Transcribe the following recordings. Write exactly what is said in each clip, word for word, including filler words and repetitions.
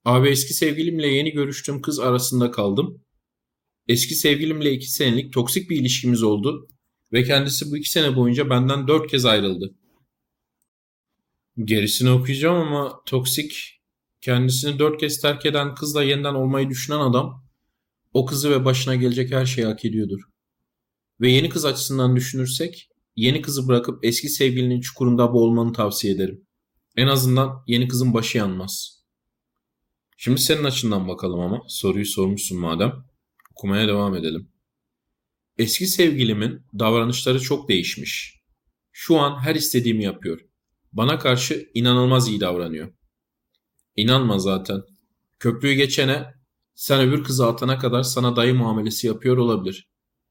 Abi eski sevgilimle yeni görüştüğüm kız arasında kaldım. Eski sevgilimle iki senelik toksik bir ilişkimiz oldu. Ve kendisi bu iki sene boyunca benden dört kez ayrıldı. Gerisini okuyacağım ama toksik, kendisini dört kez terk eden kızla yeniden olmayı düşünen adam o kızı ve başına gelecek her şeyi hak ediyordur. Ve yeni kız açısından düşünürsek yeni kızı bırakıp eski sevgilinin çukurunda boğulmanı tavsiye ederim. En azından yeni kızın başı yanmaz. Şimdi senin açından bakalım ama soruyu sormuşsun madem. Okumaya devam edelim. Eski sevgilimin davranışları çok değişmiş. Şu an her istediğimi yapıyor. Bana karşı inanılmaz iyi davranıyor. İnanma zaten. Köprüyü geçene sen öbür kızı atana kadar sana dayı muamelesi yapıyor olabilir.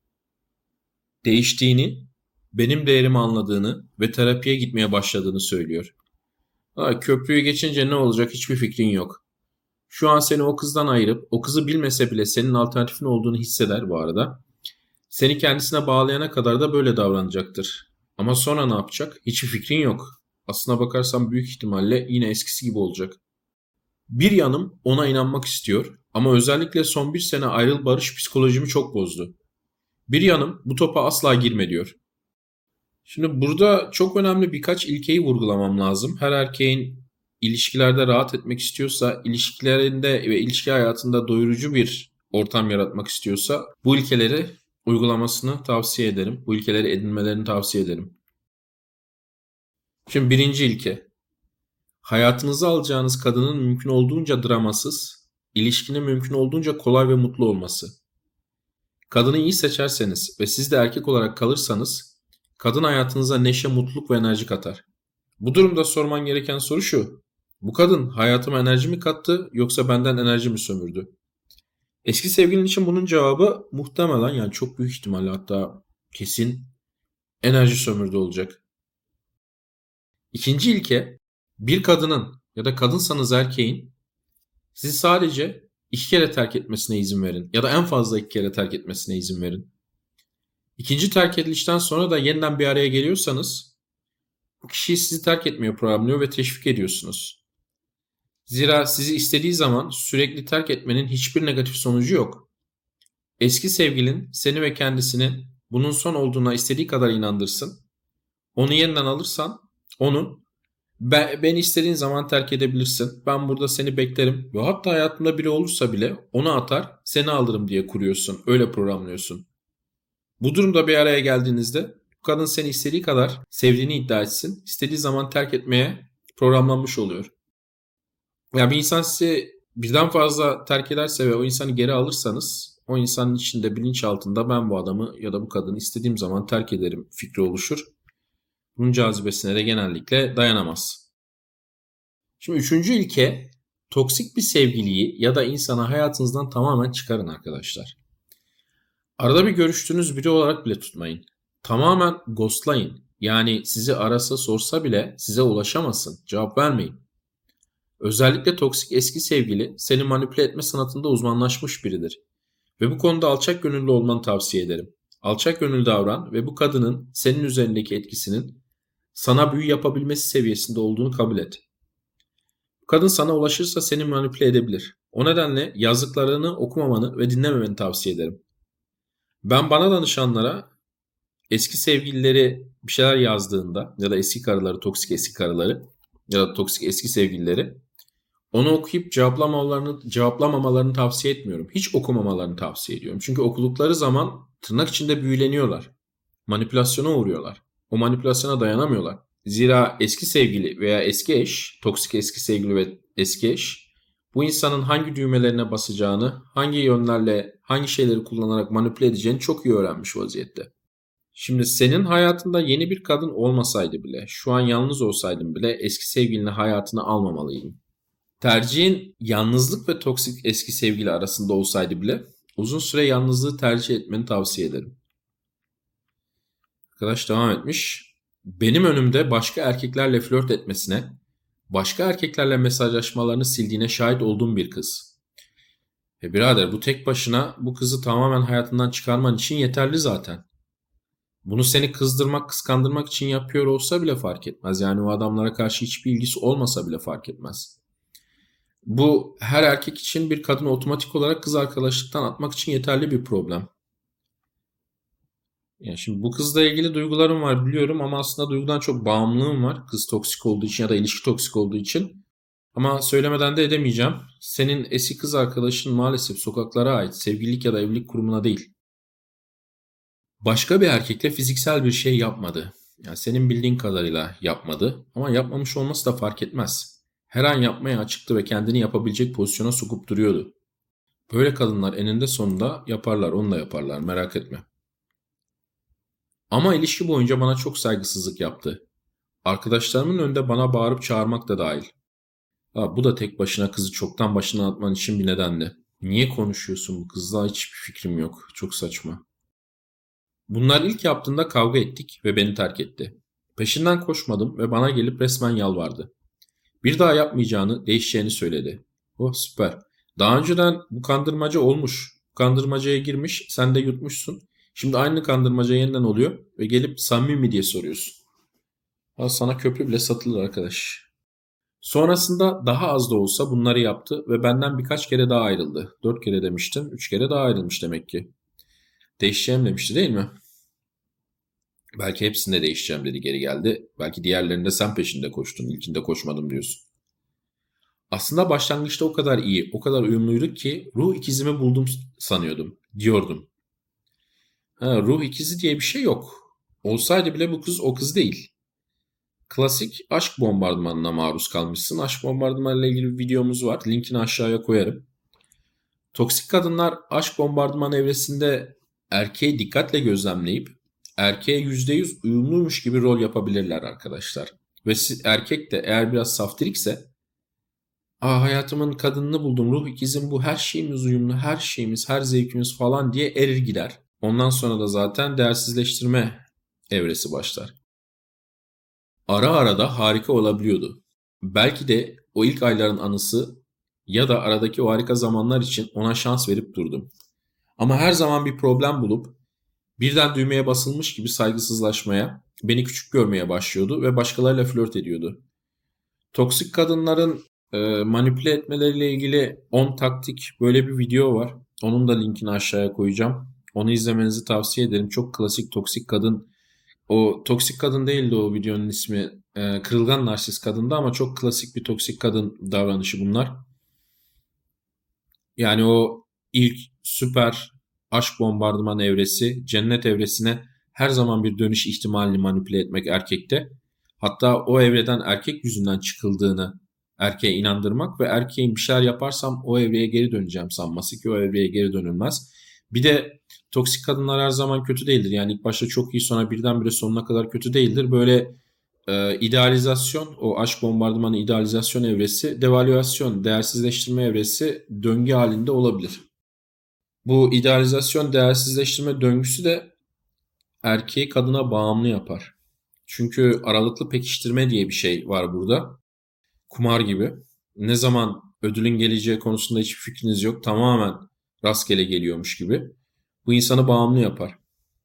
Değiştiğini, benim değerimi anladığını ve terapiye gitmeye başladığını söylüyor. Ha, köprüyü geçince ne olacak hiçbir fikrin yok. Şu an seni o kızdan ayırıp o kızı bilmese bile senin alternatifin olduğunu hisseder bu arada. Seni kendisine bağlayana kadar da böyle davranacaktır. Ama sonra ne yapacak? Hiçbir fikrin yok. Aslına bakarsan büyük ihtimalle yine eskisi gibi olacak. Bir yanım ona inanmak istiyor ama özellikle son bir sene ayrıl barış psikolojimi çok bozdu. Bir yanım bu topa asla girme diyor. Şimdi burada çok önemli birkaç ilkeyi vurgulamam lazım. Her erkeğin ilişkilerde rahat etmek istiyorsa, ilişkilerinde ve ilişki hayatında doyurucu bir ortam yaratmak istiyorsa bu ilkeleri uygulamasını tavsiye ederim. Bu ilkeleri edinmelerini tavsiye ederim. Şimdi birinci ilke. Hayatınıza alacağınız kadının mümkün olduğunca dramasız, ilişkinin mümkün olduğunca kolay ve mutlu olması. Kadını iyi seçerseniz ve siz de erkek olarak kalırsanız, kadın hayatınıza neşe, mutluluk ve enerji katar. Bu durumda sorman gereken soru şu. Bu kadın hayatıma enerji mi kattı yoksa benden enerji mi sömürdü? Eski sevgilin için bunun cevabı muhtemelen, yani çok büyük ihtimalle, hatta kesin, enerji sömürdü olacak. İkinci ilke, bir kadının ya da kadınsanız erkeğin sizi sadece iki kere terk etmesine izin verin ya da en fazla iki kere terk etmesine izin verin. İkinci terk edilişten sonra da yeniden bir araya geliyorsanız bu kişiyi sizi terk etmeye programlıyor ve teşvik ediyorsunuz. Zira sizi istediği zaman sürekli terk etmenin hiçbir negatif sonucu yok. Eski sevgilin seni ve kendisini bunun son olduğuna istediği kadar inandırsın. Onu yeniden alırsan onu ben, beni istediğin zaman terk edebilirsin. Ben burada seni beklerim. Ve hatta hayatında biri olursa bile onu atar, seni alırım diye kuruyorsun. Öyle programlıyorsun. Bu durumda bir araya geldiğinizde bu kadın seni istediği kadar sevdiğini iddia etsin. İstediği zaman terk etmeye programlanmış oluyor. Ya bir insan sizi birden fazla terk ederse ve o insanı geri alırsanız o insanın içinde, bilinçaltında, ben bu adamı ya da bu kadını istediğim zaman terk ederim fikri oluşur. Bunun cazibesine de genellikle dayanamaz. Şimdi üçüncü ilke, toksik bir sevgiliyi ya da insanı hayatınızdan tamamen çıkarın arkadaşlar. Arada bir görüştüğünüz biri olarak bile tutmayın. Tamamen ghostlayın. Yani sizi arasa sorsa bile size ulaşamasın. Cevap vermeyin. Özellikle toksik eski sevgili seni manipüle etme sanatında uzmanlaşmış biridir. Ve bu konuda alçak gönüllü olmanı tavsiye ederim. Alçak gönüllü davran ve bu kadının senin üzerindeki etkisinin sana büyü yapabilmesi seviyesinde olduğunu kabul et. Bu kadın sana ulaşırsa seni manipüle edebilir. O nedenle yazdıklarını okumamanı ve dinlememeni tavsiye ederim. Ben bana danışanlara eski sevgilileri bir şeyler yazdığında ya da eski karıları, toksik eski karıları ya da toksik eski sevgilileri, onu okuyup cevaplamamalarını, cevaplamamalarını tavsiye etmiyorum. Hiç okumamalarını tavsiye ediyorum. Çünkü okudukları zaman tırnak içinde büyüleniyorlar. Manipülasyona uğruyorlar. O manipülasyona dayanamıyorlar. Zira eski sevgili veya eski eş, toksik eski sevgili ve eski eş, bu insanın hangi düğmelerine basacağını, hangi yönlerle, hangi şeyleri kullanarak manipüle edeceğini çok iyi öğrenmiş vaziyette. Şimdi senin hayatında yeni bir kadın olmasaydı bile, şu an yalnız olsaydın bile eski sevgilini hayatına almamalıydın. Tercihin yalnızlık ve toksik eski sevgili arasında olsaydı bile uzun süre yalnızlığı tercih etmeni tavsiye ederim. Arkadaş devam etmiş. Benim önümde başka erkeklerle flört etmesine, başka erkeklerle mesajlaşmalarını sildiğine şahit olduğum bir kız. E birader, bu tek başına bu kızı tamamen hayatından çıkarman için yeterli zaten. Bunu seni kızdırmak, kıskandırmak için yapıyor olsa bile fark etmez. Yani o adamlara karşı hiçbir ilgisi olmasa bile fark etmez. Bu her erkek için bir kadını otomatik olarak kız arkadaşlıktan atmak için yeterli bir problem. Yani şimdi bu kızla ilgili duygularım var biliyorum ama aslında duygudan çok bağımlılığım var. Kız toksik olduğu için ya da ilişki toksik olduğu için. Ama söylemeden de edemeyeceğim. Senin eski kız arkadaşın maalesef sokaklara ait, sevgililik ya da evlilik kurumuna değil. Başka bir erkekle fiziksel bir şey yapmadı. Yani senin bildiğin kadarıyla yapmadı. Ama yapmamış olması da fark etmez. Her an yapmaya açıktı ve kendini yapabilecek pozisyona sokup duruyordu. Böyle kadınlar eninde sonunda yaparlar, onu da yaparlar, merak etme. Ama ilişki boyunca bana çok saygısızlık yaptı. Arkadaşlarımın önünde bana bağırıp çağırmak da dahil. Ha, bu da tek başına kızı çoktan başına atman için bir nedendi. Niye konuşuyorsun bu kızla, hiçbir fikrim yok. Çok saçma. Bunlar ilk yaptığında kavga ettik ve beni terk etti. Peşinden koşmadım ve bana gelip resmen yalvardı. Bir daha yapmayacağını, değişeceğini söyledi. Oh süper. Daha önceden bu kandırmaca olmuş. Bu kandırmacaya girmiş, sen de yutmuşsun. Şimdi aynı kandırmaca yeniden oluyor ve gelip samimi mi diye soruyorsun. Ha, sana köprü bile satılır arkadaş. Sonrasında daha az da olsa bunları yaptı ve benden birkaç kere daha ayrıldı. Dört kere demiştin, üç kere daha ayrılmış demek ki. Değişeceğim demişti değil mi? Belki hepsinde değişeceğim dedi, geri geldi. Belki diğerlerinde sen peşinde koştun, ilkinde koşmadım diyorsun. Aslında başlangıçta o kadar iyi, o kadar uyumluyduk ki ruh ikizimi buldum sanıyordum, diyordum. Ha, ruh ikizi diye bir şey yok. Olsaydı bile bu kız o kız değil. Klasik aşk bombardımanına maruz kalmışsın. Aşk bombardımanıyla ilgili bir videomuz var. Linkini aşağıya koyarım. Toksik kadınlar aşk bombardıman evresinde erkeği dikkatle gözlemleyip erkeğe yüzde yüz uyumluymuş gibi rol yapabilirler arkadaşlar. Ve siz, erkek de eğer biraz saftirikse, aa, hayatımın kadınını buldum, ruh ikizim bu, her şeyimiz uyumlu, her şeyimiz, her zevkimiz falan diye erir gider. Ondan sonra da zaten değersizleştirme evresi başlar. Ara ara da harika olabiliyordu. Belki de o ilk ayların anısı ya da aradaki o harika zamanlar için ona şans verip durdum. Ama her zaman bir problem bulup birden düğmeye basılmış gibi saygısızlaşmaya, beni küçük görmeye başlıyordu ve başkalarıyla flört ediyordu. Toksik kadınların e, manipüle etmeleriyle ilgili on taktik, böyle bir video var. Onun da linkini aşağıya koyacağım. Onu izlemenizi tavsiye ederim. Çok klasik toksik kadın. O toksik kadın değildi o videonun ismi. E, kırılgan narsist kadındı ama çok klasik bir toksik kadın davranışı bunlar. Yani o ilk süper aşk bombardıman evresi, cennet evresine her zaman bir dönüş ihtimalini manipüle etmek erkekte. Hatta o evreden erkek yüzünden çıkıldığını erkeğe inandırmak ve erkeğin bir şeyler yaparsam o evreye geri döneceğim sanması, ki o evreye geri dönülmez. Bir de toksik kadınlar her zaman kötü değildir. Yani ilk başta çok iyi, sonra birdenbire sonuna kadar kötü değildir. Böyle e, idealizasyon, o aşk bombardımanı idealizasyon evresi, devalüasyon, değersizleştirme evresi döngü halinde olabilir. Bu idealizasyon, değersizleştirme döngüsü de erkeği kadına bağımlı yapar. Çünkü aralıklı pekiştirme diye bir şey var burada. Kumar gibi. Ne zaman ödülün geleceği konusunda hiçbir fikriniz yok. Tamamen rastgele geliyormuş gibi. Bu insanı bağımlı yapar.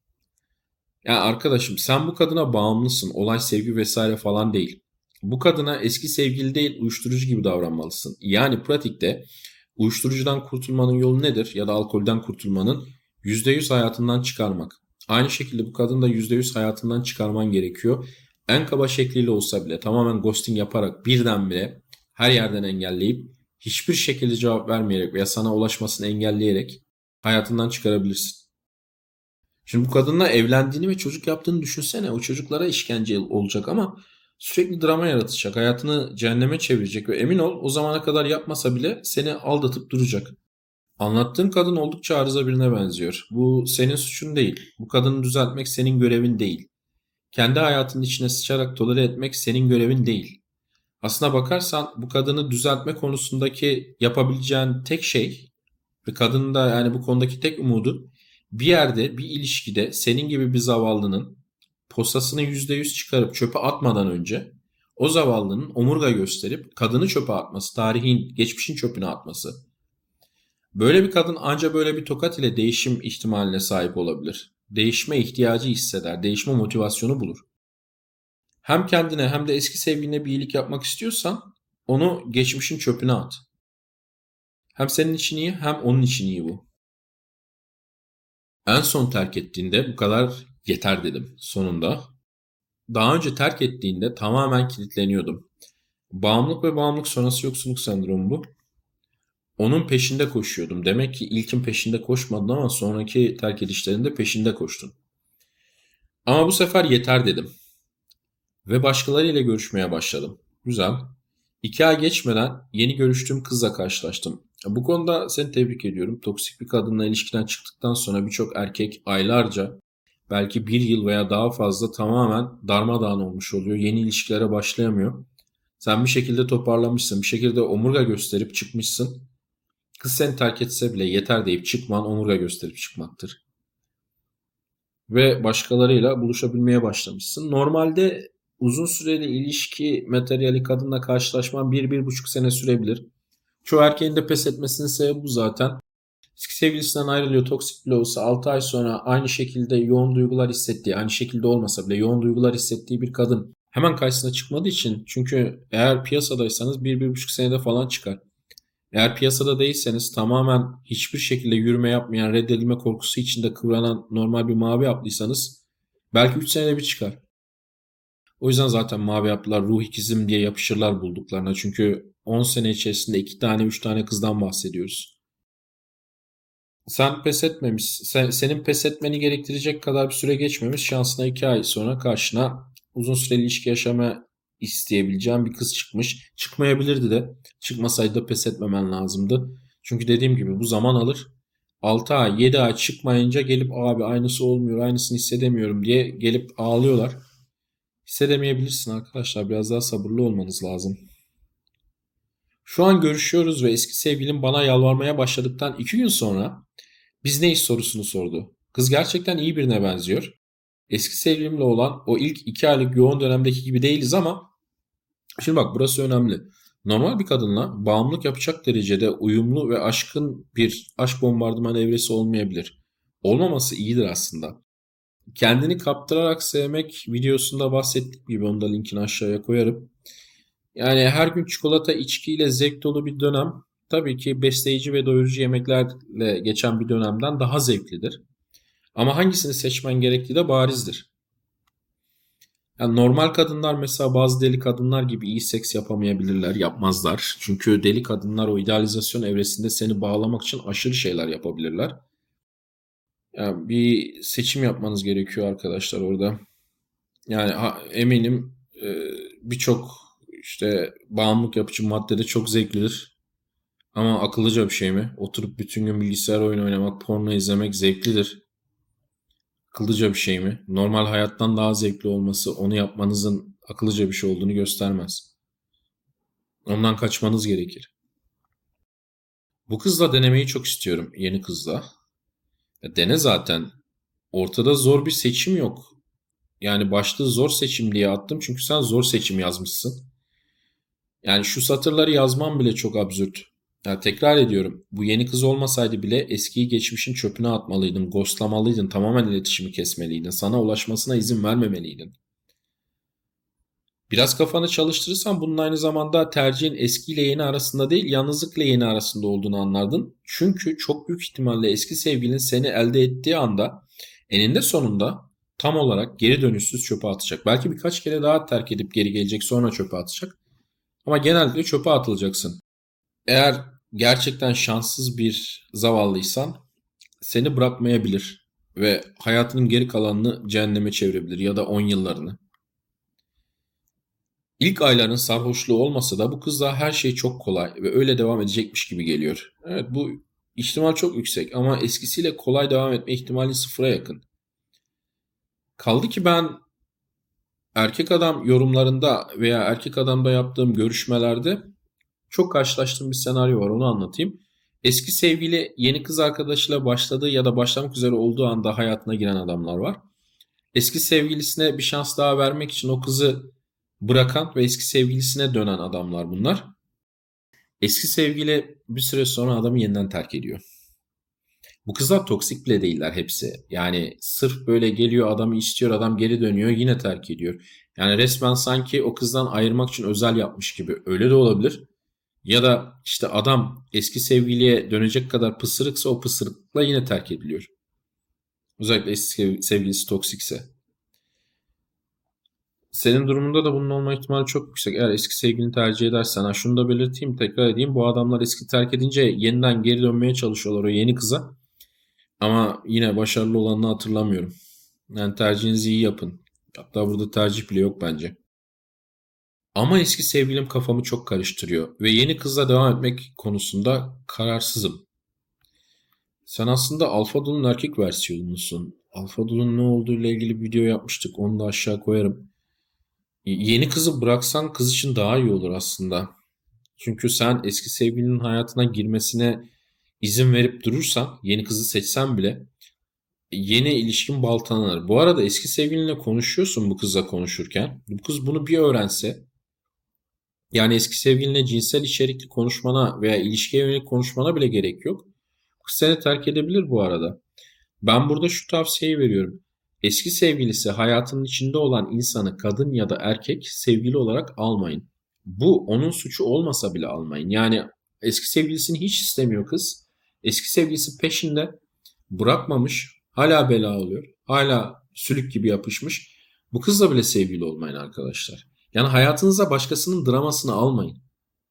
Ya arkadaşım, sen bu kadına bağımlısın. Olay sevgi vesaire falan değil. Bu kadına eski sevgili değil, uyuşturucu gibi davranmalısın. Yani pratikte uyuşturucudan kurtulmanın yolu nedir? Ya da alkolden kurtulmanın yüzde yüz hayatından çıkarmak. Aynı şekilde bu kadını da yüzde yüz hayatından çıkarman gerekiyor. En kaba şekliyle olsa bile tamamen ghosting yaparak, birdenbire her yerden engelleyip, hiçbir şekilde cevap vermeyerek veya sana ulaşmasını engelleyerek hayatından çıkarabilirsin. Şimdi bu kadınla evlendiğini ve çocuk yaptığını düşünsene. O çocuklara işkence olacak ama sürekli drama yaratacak. Hayatını cehenneme çevirecek ve emin ol, o zamana kadar yapmasa bile seni aldatıp duracak. Anlattığın kadın oldukça arıza birine benziyor. Bu senin suçun değil. Bu kadını düzeltmek senin görevin değil. Kendi hayatının içine sıçarak tolere etmek senin görevin değil. Aslına bakarsan bu kadını düzeltme konusundaki yapabileceğin tek şey ve kadının da yani bu konudaki tek umudu, bir yerde, bir ilişkide senin gibi bir zavallının posasını yüzde yüz çıkarıp çöpe atmadan önce o zavallının omurga gösterip kadını çöpe atması, tarihin, geçmişin çöpüne atması. Böyle bir kadın ancak böyle bir tokat ile değişim ihtimaline sahip olabilir. Değişme ihtiyacı hisseder, değişme motivasyonu bulur. Hem kendine hem de eski sevgiline bir iyilik yapmak istiyorsan onu geçmişin çöpüne at. Hem senin için iyi hem onun için iyi bu. En son terk ettiğinde bu kadar yeter dedim sonunda. Daha önce terk ettiğinde tamamen kilitleniyordum. Bağımlılık ve bağımlılık sonrası yoksunluk sendromu bu. Onun peşinde koşuyordum. Demek ki ilkin peşinde koşmadın ama sonraki terk edişlerinde peşinde koştun. Ama bu sefer yeter dedim. Ve başkalarıyla görüşmeye başladım. Güzel. İki ay geçmeden yeni görüştüğüm kızla karşılaştım. Bu konuda seni tebrik ediyorum. Toksik bir kadınla ilişkiden çıktıktan sonra birçok erkek aylarca, belki bir yıl veya daha fazla tamamen darmadağın olmuş oluyor. Yeni ilişkilere başlayamıyor. Sen bir şekilde toparlamışsın. Bir şekilde omurga gösterip çıkmışsın. Kız seni terk etse bile yeter deyip çıkman omurga gösterip çıkmaktır. Ve başkalarıyla buluşabilmeye başlamışsın. Normalde uzun süreli ilişki materyali kadınla karşılaşman bir, bir buçuk sene sürebilir. Çoğu erkeğin de pes etmesinin sebebi bu zaten. Eski sevgilisinden ayrılıyor, toksik bile olsa altı ay sonra aynı şekilde yoğun duygular hissettiği, aynı şekilde olmasa bile yoğun duygular hissettiği bir kadın hemen karşısına çıkmadığı için, çünkü eğer piyasadaysanız bir, bir buçuk senede falan çıkar. Eğer piyasada değilseniz, tamamen hiçbir şekilde yürüme yapmayan, reddedilme korkusu içinde kıvranan normal bir mavi yaplıysanız belki üç senede bir çıkar. O yüzden zaten mavi yaplılar ruh ikizim diye yapışırlar bulduklarına. Çünkü on sene içerisinde iki tane üç tane kızdan bahsediyoruz. Sen pes etmemiş, sen, senin pes etmeni gerektirecek kadar bir süre geçmemiş, şansına iki ay sonra karşına uzun süreli ilişki yaşama isteyebileceğin bir kız çıkmış. Çıkmayabilirdi de. Çıkmasaydı da pes etmemen lazımdı. Çünkü dediğim gibi bu zaman alır. altı ay yedi ay çıkmayınca gelip abi aynısı olmuyor, aynısını hissedemiyorum diye gelip ağlıyorlar. Hissedemeyebilirsin arkadaşlar, biraz daha sabırlı olmanız lazım. Şu an görüşüyoruz ve eski sevgilim bana yalvarmaya başladıktan iki gün sonra biz neyiz sorusunu sordu. Kız gerçekten iyi birine benziyor. Eski sevgilimle olan o ilk iki aylık yoğun dönemdeki gibi değiliz ama şimdi bak, burası önemli. Normal bir kadınla bağımlılık yapacak derecede uyumlu ve aşkın bir aşk bombardımanı evresi olmayabilir. Olmaması iyidir aslında. Kendini kaptırarak sevmek videosunda bahsettiğim gibi, onu da linkini aşağıya koyarım. Yani her gün çikolata, içkiyle zevk dolu bir dönem tabii ki besleyici ve doyurucu yemeklerle geçen bir dönemden daha zevklidir. Ama hangisini seçmen gerektiği de barizdir. Yani normal kadınlar mesela bazı deli kadınlar gibi iyi seks yapamayabilirler, yapmazlar. Çünkü deli kadınlar o idealizasyon evresinde seni bağlamak için aşırı şeyler yapabilirler. Yani bir seçim yapmanız gerekiyor arkadaşlar orada. Yani ha, eminim e, birçok işte bağımlılık yapıcı maddede çok zevklidir. Ama akıllıca bir şey mi? Oturup bütün gün bilgisayar oyunu oynamak, porno izlemek zevklidir. Akıllıca bir şey mi? Normal hayattan daha zevkli olması onu yapmanızın akıllıca bir şey olduğunu göstermez. Ondan kaçmanız gerekir. Bu kızla denemeyi çok istiyorum, yeni kızla. Ya dene zaten. Ortada zor bir seçim yok. Yani başlığı zor seçim diye attım çünkü sen zor seçim yazmışsın. Yani şu satırları yazmam bile çok absürt. Ya tekrar ediyorum. Bu yeni kız olmasaydı bile eskiyi geçmişin çöpüne atmalıydın, ghostlamalıydın, tamamen iletişimi kesmeliydin. Sana ulaşmasına izin vermemeliydin. Biraz kafanı çalıştırırsan bunun aynı zamanda tercihin eskiyle yeni arasında değil, yalnızlıkla yeni arasında olduğunu anlardın. Çünkü çok büyük ihtimalle eski sevgilin seni elde ettiği anda eninde sonunda tam olarak geri dönüşsüz çöpe atacak. Belki birkaç kere daha terk edip geri gelecek, sonra çöpe atacak. Ama genellikle çöpe atılacaksın. Eğer gerçekten şanssız bir zavallıysan seni bırakmayabilir ve hayatının geri kalanını cehenneme çevirebilir, ya da on yıllarını. İlk ayların sarhoşluğu olmasa da bu kızla her şey çok kolay ve öyle devam edecekmiş gibi geliyor. Evet, bu ihtimal çok yüksek ama eskisiyle kolay devam etme ihtimali sıfıra yakın. Kaldı ki ben erkek adam yorumlarında veya erkek adamda yaptığım görüşmelerde çok karşılaştığım bir senaryo var, onu anlatayım. Eski sevgili yeni kız arkadaşıyla başladığı ya da başlamak üzere olduğu anda hayatına giren adamlar var. Eski sevgilisine bir şans daha vermek için o kızı bırakan ve eski sevgilisine dönen adamlar bunlar. Eski sevgili bir süre sonra adamı yeniden terk ediyor. Bu kızlar toksik bile değiller hepsi. Yani sırf böyle geliyor, adamı istiyor, adam geri dönüyor, yine terk ediyor. Yani resmen sanki o kızdan ayırmak için özel yapmış gibi. Öyle de olabilir. Ya da işte adam eski sevgiliye dönecek kadar pısırıksa o pısırıkla yine terk ediliyor. Özellikle eski sevgilisi toksikse. Senin durumunda da bunun olma ihtimali çok yüksek. Eğer eski sevgilini tercih edersen, ha şunu da belirteyim, tekrar edeyim. Bu adamlar eski terk edince yeniden geri dönmeye çalışıyorlar o yeni kıza. Ama yine başarılı olanını hatırlamıyorum. Yani tercihinizi iyi yapın. Hatta burada tercih bile yok bence. Ama eski sevgilim kafamı çok karıştırıyor ve yeni kızla devam etmek konusunda kararsızım. Sen aslında Alpha Doll'un erkek versiyonusun. Alpha Doll'un ne olduğu ile ilgili bir video yapmıştık. Onu da aşağı koyarım. Yeni kızı bıraksan kız için daha iyi olur aslında. Çünkü sen eski sevgilinin hayatına girmesine izin verip durursan, yeni kızı seçsen bile yeni ilişkin baltalanır. Bu arada eski sevgilinle konuşuyorsun bu kızla konuşurken. Bu kız bunu bir öğrense, yani eski sevgiline cinsel içerikli konuşmana veya ilişkiye yönelik konuşmana bile gerek yok. Kız seni terk edebilir bu arada. Ben burada şu tavsiyeyi veriyorum. Eski sevgilisi hayatının içinde olan insanı, kadın ya da erkek, sevgili olarak almayın. Bu onun suçu olmasa bile almayın. Yani eski sevgilisini hiç istemiyor kız. Eski sevgilisi peşinde, bırakmamış, hala bela oluyor. Hala sülük gibi yapışmış. Bu kızla bile sevgili olmayın arkadaşlar. Yani hayatınıza başkasının dramasını almayın.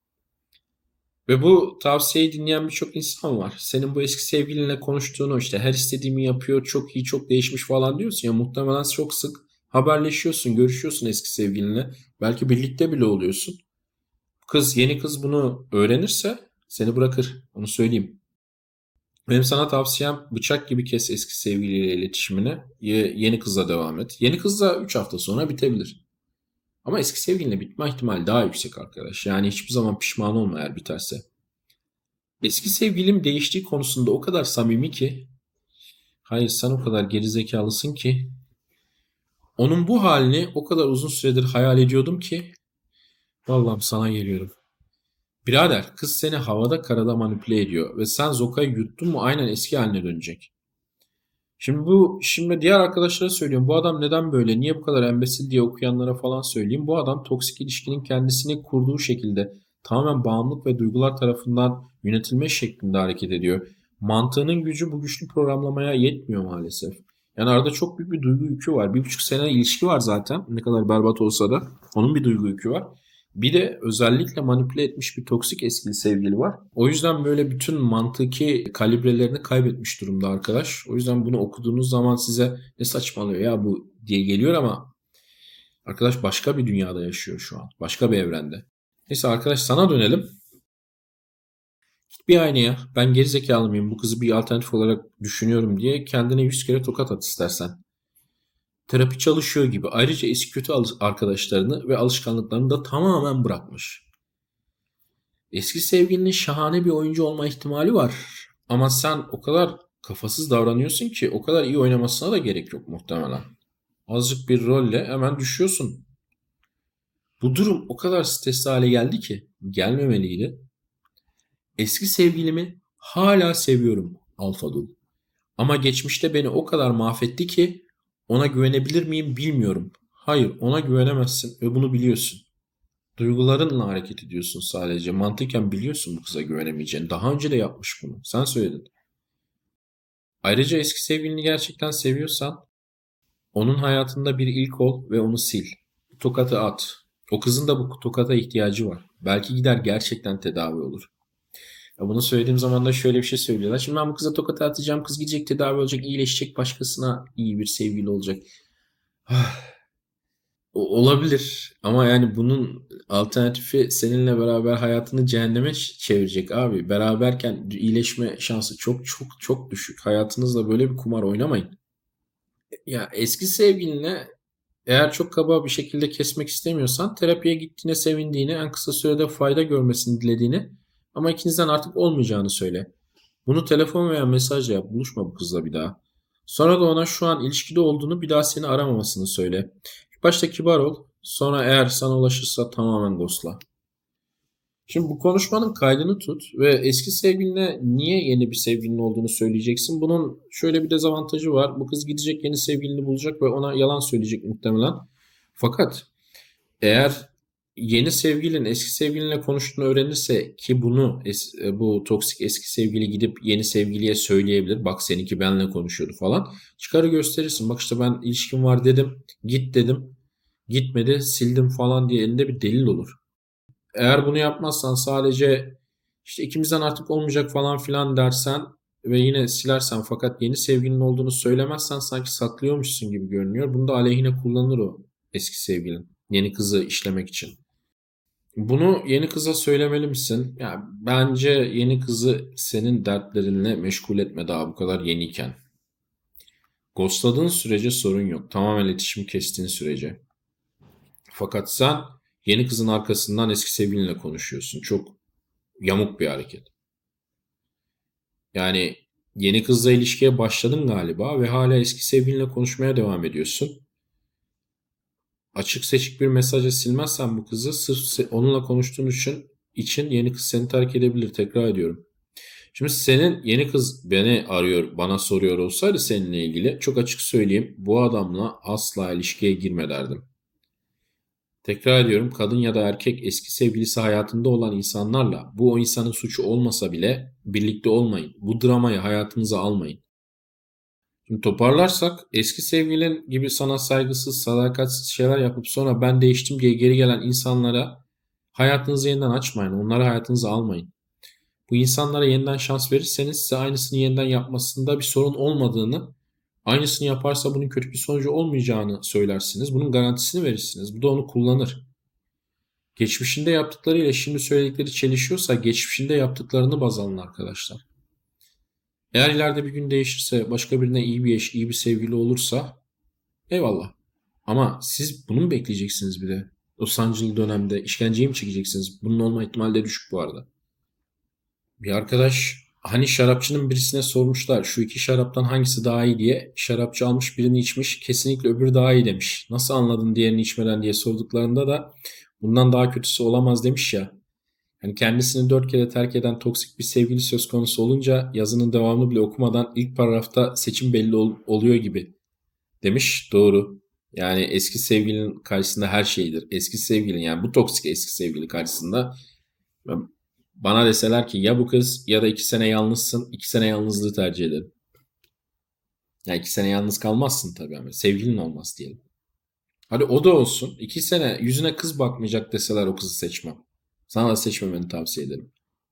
Ve bu tavsiyeyi dinleyen birçok insan var. Senin bu eski sevgilinle konuştuğunu, işte her istediğimi yapıyor, çok iyi, çok değişmiş falan diyorsun ya, muhtemelen çok sık haberleşiyorsun, görüşüyorsun eski sevgilinle. Belki birlikte bile oluyorsun. Kız, yeni kız bunu öğrenirse seni bırakır. Onu söyleyeyim. Benim sana tavsiyem, bıçak gibi kes eski sevgiliyle iletişimini. Yeni kızla devam et. Yeni kızla üç hafta sonra bitebilir. Ama eski sevgilinle bitme ihtimali daha yüksek arkadaş. Yani hiçbir zaman pişman olma eğer biterse. Eski sevgilim değiştiği konusunda o kadar samimi ki, hayır sen o kadar gerizekalısın ki, onun bu halini o kadar uzun süredir hayal ediyordum ki, vallahi sana geliyorum. Birader, kız seni havada karada manipüle ediyor ve sen Zoka'yı yuttun mu aynen eski haline dönecek. Şimdi bu şimdi diğer arkadaşlara söylüyorum. Bu adam neden böyle? Niye bu kadar embesil diye okuyanlara falan söyleyeyim. Bu adam toksik ilişkinin kendisini kurduğu şekilde tamamen bağımlılık ve duygular tarafından yönetilme şeklinde hareket ediyor. Mantığının gücü bu güçlü programlamaya yetmiyor maalesef. Yani arada çok büyük bir duygu yükü var. Bir buçuk sene ilişki var zaten. Ne kadar berbat olsa da onun bir duygu yükü var. Bir de özellikle manipüle etmiş bir toksik eski sevgili var. O yüzden böyle bütün mantıki kalibrelerini kaybetmiş durumda arkadaş. O yüzden bunu okuduğunuz zaman size ne saçmalıyor ya bu diye geliyor ama arkadaş başka bir dünyada yaşıyor şu an. Başka bir evrende. Neyse arkadaş, sana dönelim. Git bir aynaya, ben gerizekalı mıyım, bu kızı bir alternatif olarak düşünüyorum diye kendine yüz kere tokat at istersen. Terapi çalışıyor gibi. Ayrıca eski kötü arkadaşlarını ve alışkanlıklarını da tamamen bırakmış. Eski sevgilinin şahane bir oyuncu olma ihtimali var. Ama sen o kadar kafasız davranıyorsun ki o kadar iyi oynamasına da gerek yok muhtemelen. Azıcık bir rolle hemen düşüyorsun. Bu durum o kadar stresli hale geldi ki gelmemeliydi. Eski sevgilimi hala seviyorum Alfadul. Ama geçmişte beni o kadar mahvetti ki ona güvenebilir miyim bilmiyorum. Hayır, ona güvenemezsin ve bunu biliyorsun. Duygularınla hareket ediyorsun sadece. Mantıken biliyorsun bu kıza güvenemeyeceğini. Daha önce de yapmış bunu. Sen söyledin. Ayrıca eski sevgilini gerçekten seviyorsan onun hayatında bir ilk ol ve onu sil. Bu tokatı at. O kızın da bu tokata ihtiyacı var. Belki gider gerçekten tedavi olur. Ya bunu söylediğim zaman da şöyle bir şey söylüyorlar. Şimdi ben bu kıza tokatı atacağım. Kız gidecek, tedavi olacak, iyileşecek, başkasına iyi bir sevgili olacak. Olabilir ama yani bunun alternatifi seninle beraber hayatını cehenneme çevirecek abi. Beraberken iyileşme şansı çok çok çok düşük. Hayatınızla böyle bir kumar oynamayın. Ya eski sevgiline eğer çok kaba bir şekilde kesmek istemiyorsan, terapiye gittiğine sevindiğini, en kısa sürede fayda görmesini dilediğini ama ikinizden artık olmayacağını söyle. Bunu telefon veya mesajla yap. Buluşma bu kızla bir daha. Sonra da ona şu an ilişkide olduğunu, bir daha seni aramamasını söyle. Başta kibar ol. Sonra eğer sana ulaşırsa tamamen ghostla. Şimdi bu konuşmanın kaydını tut ve eski sevgiline niye yeni bir sevgilinin olduğunu söyleyeceksin. Bunun şöyle bir dezavantajı var. Bu kız gidecek, yeni sevgilini bulacak ve ona yalan söyleyecek muhtemelen. Fakat eğer yeni sevgilin eski sevgilinle konuştuğunu öğrenirse ki bunu es- bu toksik eski sevgili gidip yeni sevgiliye söyleyebilir. Bak seninki benimle konuşuyordu falan. Çıkarı gösterirsin. Bak işte ben ilişkim var dedim. Git dedim. Gitmedi sildim falan diye elinde bir delil olur. Eğer bunu yapmazsan sadece işte ikimizden artık olmayacak falan filan dersen ve yine silersen fakat yeni sevgilinin olduğunu söylemezsen sanki saklıyormuşsun gibi görünüyor. Bunu da aleyhine kullanır o eski sevgilin. Yeni kızı işlemek için. Bunu yeni kıza söylemeli misin? Ya bence yeni kızı senin dertlerinle meşgul etme daha bu kadar yeniyken. Ghostladığın sürece sorun yok. Tamamen iletişimi kestiğin sürece. Fakat sen yeni kızın arkasından eski sevgilinle konuşuyorsun. Çok yamuk bir hareket. Yani yeni kızla ilişkiye başladın galiba ve hala eski sevgilinle konuşmaya devam ediyorsun. Açık seçik bir mesajla silmezsen bu kızı sırf onunla konuştuğun için, için yeni kız seni terk edebilir. Tekrar ediyorum. Şimdi senin yeni kız beni arıyor, bana soruyor olsaydı seninle ilgili çok açık söyleyeyim. Bu adamla asla ilişkiye girme derdim. Tekrar ediyorum kadın ya da erkek eski sevgilisi hayatında olan insanlarla bu o insanın suçu olmasa bile birlikte olmayın. Bu dramayı hayatınıza almayın. Şimdi toparlarsak eski sevgilin gibi sana saygısız, sadakatsiz şeyler yapıp sonra ben değiştim diye geri gelen insanlara hayatınızı yeniden açmayın. Onları hayatınıza almayın. Bu insanlara yeniden şans verirseniz size aynısını yeniden yapmasında bir sorun olmadığını, aynısını yaparsa bunun kötü bir sonucu olmayacağını söylersiniz. Bunun garantisini verirsiniz. Bu da onu kullanır. Geçmişinde yaptıklarıyla şimdi söyledikleri çelişiyorsa geçmişinde yaptıklarını baz alın arkadaşlar. Eğer ileride bir gün değişirse, başka birine iyi bir eş, iyi bir sevgili olursa eyvallah. Ama siz bunu mu bekleyeceksiniz bir de? O sancılı dönemde işkenceyi mi çekeceksiniz? Bunun olma ihtimali de düşük bu arada. Bir arkadaş hani şarapçının birisine sormuşlar şu iki şaraptan hangisi daha iyi diye. Şarapçı almış birini içmiş kesinlikle öbürü daha iyi demiş. Nasıl anladın diğerini içmeden diye sorduklarında da bundan daha kötüsü olamaz demiş ya. Yani kendisini dört kere terk eden toksik bir sevgili söz konusu olunca yazının devamını bile okumadan ilk paragrafta seçim belli ol- oluyor gibi demiş. Doğru. Yani eski sevgilinin karşısında her şeydir. Eski sevgilin yani bu toksik eski sevgili karşısında bana deseler ki ya bu kız ya da iki sene yalnızsın, iki sene yalnızlığı tercih ederim. Yani iki sene yalnız kalmazsın tabii ama sevgilin olmaz diyelim. Hadi o da olsun. iki sene yüzüne kız bakmayacak deseler o kızı seçmem. Sana da seçmemeni tavsiye ederim.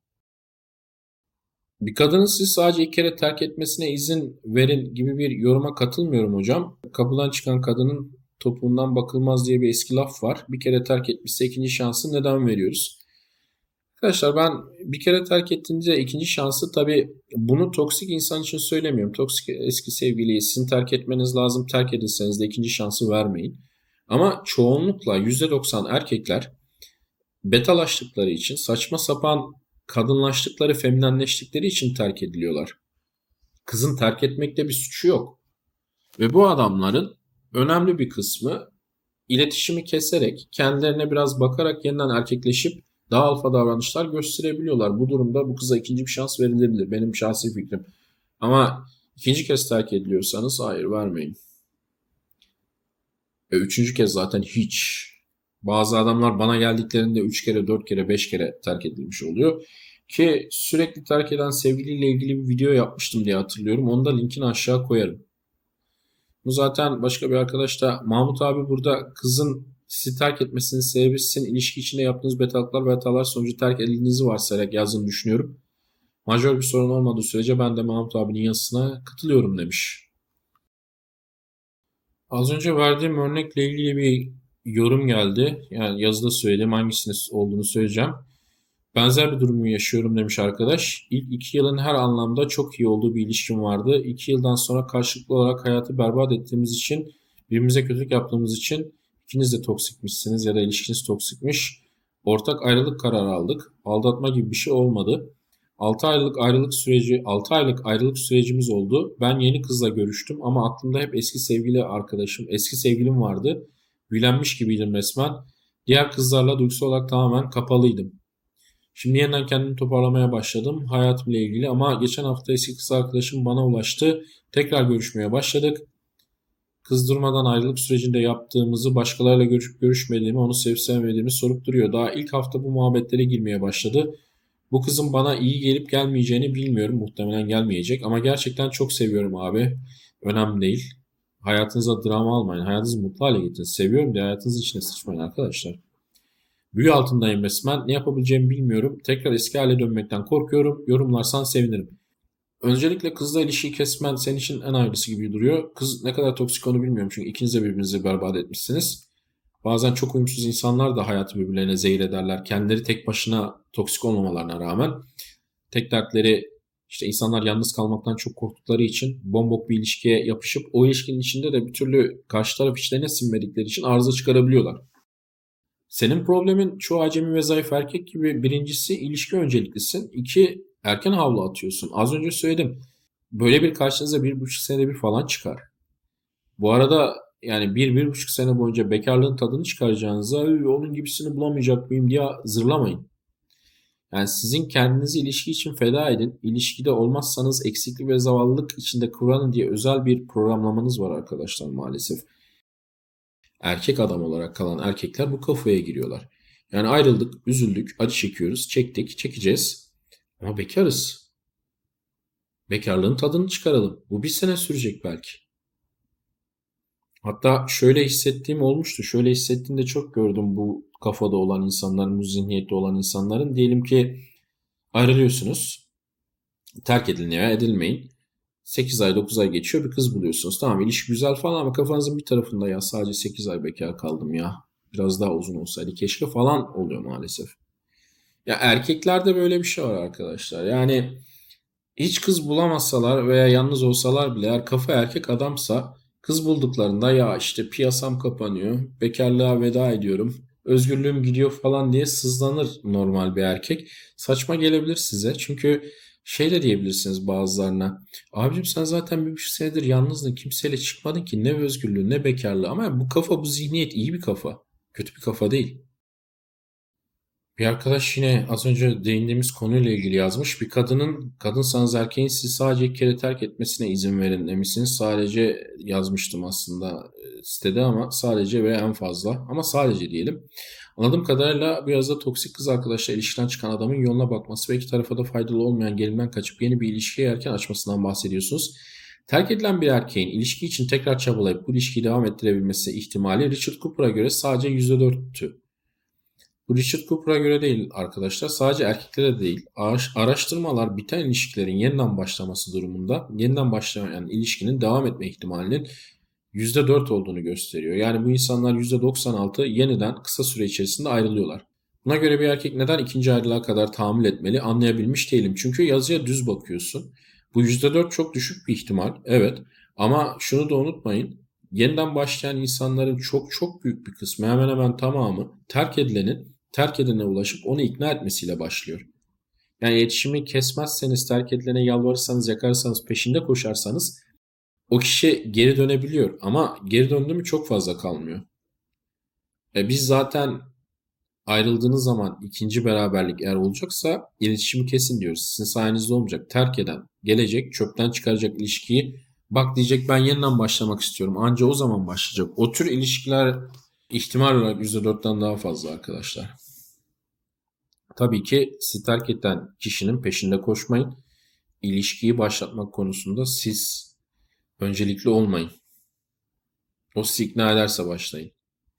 Bir kadının sizi sadece iki kere terk etmesine izin verin gibi bir yoruma katılmıyorum hocam. Kapıdan çıkan kadının topuğundan bakılmaz diye bir eski laf var. Bir kere terk etmişse ikinci şansı neden veriyoruz? Arkadaşlar ben bir kere terk ettiğinizde ikinci şansı tabii bunu toksik insan için söylemiyorum. Toksik eski sevgiliyi sizin terk etmeniz lazım. Terk edilseniz de ikinci şansı vermeyin. Ama çoğunlukla yüzde doksan erkekler betalaştıkları için saçma sapan kadınlaştıkları, feminenleştikleri için terk ediliyorlar. Kızın terk etmekte bir suçu yok. Ve bu adamların önemli bir kısmı iletişimi keserek, kendilerine biraz bakarak yeniden erkekleşip daha alfa davranışlar gösterebiliyorlar. Bu durumda bu kıza ikinci bir şans verilebilir. Benim şahsi fikrim. Ama ikinci kez terk ediliyorsanız hayır vermeyin. Ve üçüncü kez zaten hiç. Bazı adamlar bana geldiklerinde üç kere, dört kere, beş kere terk edilmiş oluyor. Ki sürekli terk eden sevgiliyle ilgili bir video yapmıştım diye hatırlıyorum. Onu da linkini aşağı koyarım. Bu zaten başka bir arkadaş da Mahmut abi burada kızın sizi terk etmesinin sebebi sizin ilişki içinde yaptığınız betalıklar ve hatalar sonucu terk edildiğinizi varsayarak yazdığını düşünüyorum. Majör bir sorun olmadığı sürece ben de Mahmut abinin yazısına katılıyorum demiş. Az önce verdiğim örnekle ilgili bir yorum geldi. Yani yazıda söyledim hangisinin olduğunu söyleyeceğim. Benzer bir durumu yaşıyorum demiş arkadaş. İlk iki yılın her anlamda çok iyi olduğu bir ilişkim vardı. İki yıldan sonra karşılıklı olarak hayatı berbat ettiğimiz için, birbirimize kötülük yaptığımız için ikiniz de toksikmişsiniz ya da ilişkiniz toksikmiş. Ortak ayrılık kararı aldık. Aldatma gibi bir şey olmadı. altı aylık ayrılık süreci, altı aylık ayrılık sürecimiz oldu. Ben yeni kızla görüştüm ama aklımda hep eski sevgili arkadaşım, eski sevgilim vardı. Büyülenmiş gibiydim resmen. Diğer kızlarla duygusal olarak tamamen kapalıydım. Şimdi yeniden kendimi toparlamaya başladım hayatımla ilgili ama geçen hafta eski kız arkadaşım bana ulaştı. Tekrar görüşmeye başladık. Kız durmadan ayrılık sürecinde yaptığımızı, başkalarıyla görüşüp görüşmediğimi, onu sevip sevmediğimi sorup duruyor. Daha ilk hafta bu muhabbetlere girmeye başladı. Bu kızın bana iyi gelip gelmeyeceğini bilmiyorum. Muhtemelen gelmeyecek ama gerçekten çok seviyorum abi. Önemli değil. Hayatınıza drama almayın. Hayatınızı mutlu hale getirin. Seviyorum diye hayatınızın içine sıçmayın arkadaşlar. Büyü altındayım resmen. Ne yapabileceğimi bilmiyorum. Tekrar eski hale dönmekten korkuyorum. Yorumlarsan sevinirim. Öncelikle kızla ilişkiyi kesmen senin için en hayırlısı gibi duruyor. Kız ne kadar toksik onu bilmiyorum çünkü ikiniz de birbirinizi berbat etmişsiniz. Bazen çok uyumsuz insanlar da hayatı birbirlerine zehir ederler. Kendileri tek başına toksik olmamalarına rağmen tek dertleri işte insanlar yalnız kalmaktan çok korktukları için bombok bir ilişkiye yapışıp o ilişkinin içinde de bir türlü karşı taraf içlerine sinmedikleri için arıza çıkarabiliyorlar. Senin problemin çoğu acemi ve zayıf erkek gibi birincisi ilişki önceliklisin. İki erken havlu atıyorsun. Az önce söyledim. Böyle bir karşınıza bir buçuk senede bir falan çıkar. Bu arada yani bir, bir buçuk sene boyunca bekarlığın tadını çıkaracağınıza onun gibisini bulamayacak mıyım diye zırlamayın. Yani sizin kendinizi ilişki için feda edin. İlişkide olmazsanız eksiklik ve zavallılık içinde kıvranın diye özel bir programlamanız var arkadaşlar maalesef. Erkek adam olarak kalan erkekler bu kafaya giriyorlar. Yani ayrıldık, üzüldük, acı çekiyoruz, çektik, çekeceğiz. Ama bekarız. Bekarlığın tadını çıkaralım. Bu bir sene sürecek belki. Hatta şöyle hissettiğim olmuştu. Şöyle hissettiğimde çok gördüm bu kafada olan insanların, bu zihniyette olan insanların. Diyelim ki ayrılıyorsunuz. Terk edilin veya edilmeyin. sekiz ay dokuz ay geçiyor bir kız buluyorsunuz. Tamam ilişki güzel falan ama kafanızın bir tarafında ya sadece sekiz ay bekar kaldım ya. Biraz daha uzun olsaydı keşke falan oluyor maalesef. Ya erkeklerde böyle bir şey var arkadaşlar. Yani hiç kız bulamazsalar veya yalnız olsalar bile eğer kafa erkek adamsa kız bulduklarında ya işte piyasam kapanıyor, bekarlığa veda ediyorum, özgürlüğüm gidiyor falan diye sızlanır normal bir erkek. Saçma gelebilir size çünkü şey de diyebilirsiniz bazılarına. Abicim sen zaten bir buçuk senedir yalnızdın, kimseyle çıkmadın ki ne özgürlüğü ne bekarlığı ama bu kafa bu zihniyet iyi bir kafa, kötü bir kafa değil. Bir arkadaş yine az önce değindiğimiz konuyla ilgili yazmış. Bir kadının, kadınsanız erkeğin sizi sadece iki kere terk etmesine izin verin demişsiniz. Sadece yazmıştım aslında e, sitede ama sadece ve en fazla ama sadece diyelim. Anladığım kadarıyla biraz da toksik kız arkadaşla ilişkiden çıkan adamın yoluna bakması ve iki tarafa da faydalı olmayan gelinden kaçıp yeni bir ilişkiye erken açmasından bahsediyorsunuz. Terk edilen bir erkeğin ilişki için tekrar çabalayıp bu ilişkiyi devam ettirebilmesi ihtimali Richard Cooper'a göre sadece yüzde dörttü. Bu Richard Cooper'a göre değil arkadaşlar. Sadece erkeklere de değil. Araştırmalar biten ilişkilerin yeniden başlaması durumunda yeniden başlayan ilişkinin devam etme ihtimalinin yüzde dört olduğunu gösteriyor. Yani bu insanlar yüzde doksan altı yeniden kısa süre içerisinde ayrılıyorlar. Buna göre bir erkek neden ikinci ayrılığa kadar tahammül etmeli anlayabilmiş değilim. Çünkü yazıya düz bakıyorsun. Bu yüzde dört çok düşük bir ihtimal. Evet. Ama şunu da unutmayın. Yeniden başlayan insanların çok çok büyük bir kısmı hemen hemen tamamı terk edilenin terk edene ulaşıp onu ikna etmesiyle başlıyor. Yani iletişimi kesmezseniz, terk edilene yalvarırsanız, yakarsanız, peşinde koşarsanız o kişi geri dönebiliyor. Ama geri döndü mü çok fazla kalmıyor. E biz zaten ayrıldığınız zaman ikinci beraberlik eğer olacaksa iletişimi kesin diyoruz. Sizin sayenizde olmayacak. Terk eden gelecek, çöpten çıkaracak ilişkiyi bak diyecek ben yeniden başlamak istiyorum. Anca o zaman başlayacak. O tür ilişkiler ihtimal olarak yüzde dörtten daha fazla arkadaşlar. Tabii ki sizi terk eden kişinin peşinde koşmayın. İlişkiyi başlatmak konusunda siz öncelikli olmayın. O sizi ikna ederse başlayın.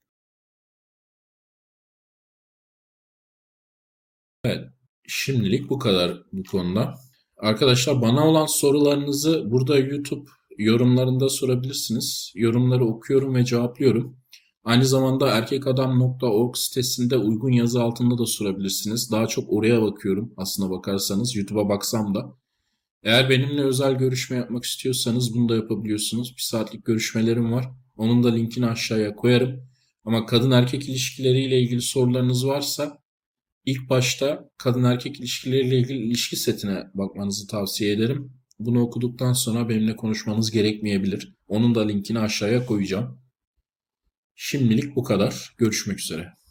Evet, şimdilik bu kadar bu konuda. Arkadaşlar bana olan sorularınızı burada YouTube yorumlarında sorabilirsiniz. Yorumları okuyorum ve cevaplıyorum. Aynı zamanda erkekadam nokta org sitesinde uygun yazı altında da sorabilirsiniz. Daha çok oraya bakıyorum aslına bakarsanız. YouTube'a baksam da. Eğer benimle özel görüşme yapmak istiyorsanız bunu da yapabiliyorsunuz. Bir saatlik görüşmelerim var. Onun da linkini aşağıya koyarım. Ama kadın erkek ilişkileriyle ilgili sorularınız varsa ilk başta kadın erkek ilişkileriyle ilgili ilişki setine bakmanızı tavsiye ederim. Bunu okuduktan sonra benimle konuşmanız gerekmeyebilir. Onun da linkini aşağıya koyacağım. Şimdilik bu kadar. Görüşmek üzere.